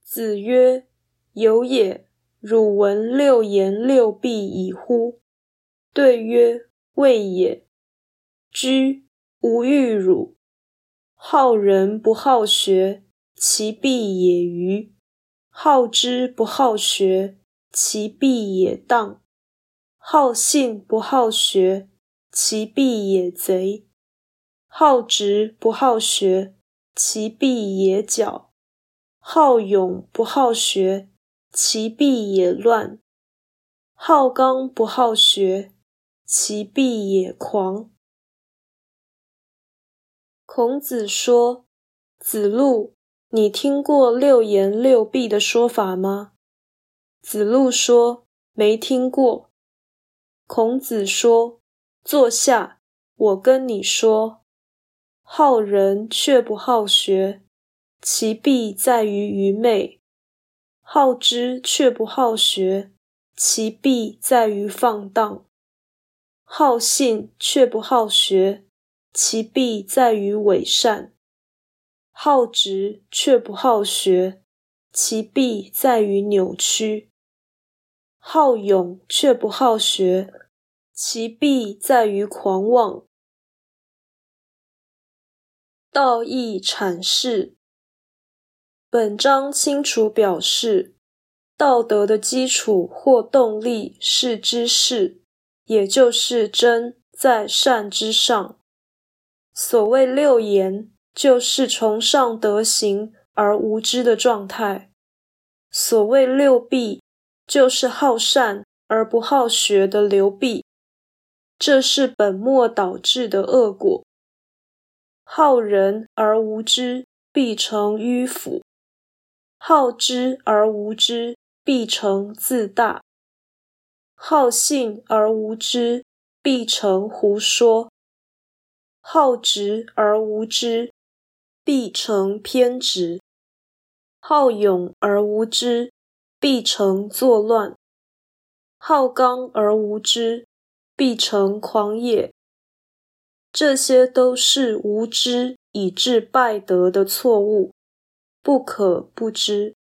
子曰：有也，汝闻六言六弊矣乎？对曰：未也。居，无欲辱。好人不好学，其必也愚；好之不好学，其必也当；好信不好学，其必也贼；好直不好学，其必也矫；好勇不好学，其必也乱；好刚不好学，其必也狂。孔子说：子路，你听过六言六弊的说法吗？子路说：没听过。孔子说：坐下，我跟你说。好人却不好学，其必在于愚昧；好知却不好学，其必在于放荡；好信却不好学，其必在于伪善；好直却不好学，其必在于扭曲；好勇却不好学，其必在于狂妄。道义阐释。本章清楚表示，道德的基础或动力是知识，也就是真在善之上。所谓六言，就是崇尚德行而无知的状态；所谓六弊，就是好善而不好学的流弊。这是本末倒置的恶果。好人而无知，必成迂腐；好知而无知，必成自大；好信而无知，必成胡说；好直而无知，必成偏执；好勇而无知，必成作乱；好刚而无知，必成狂野。这些都是无知以致败德的错误，不可不知。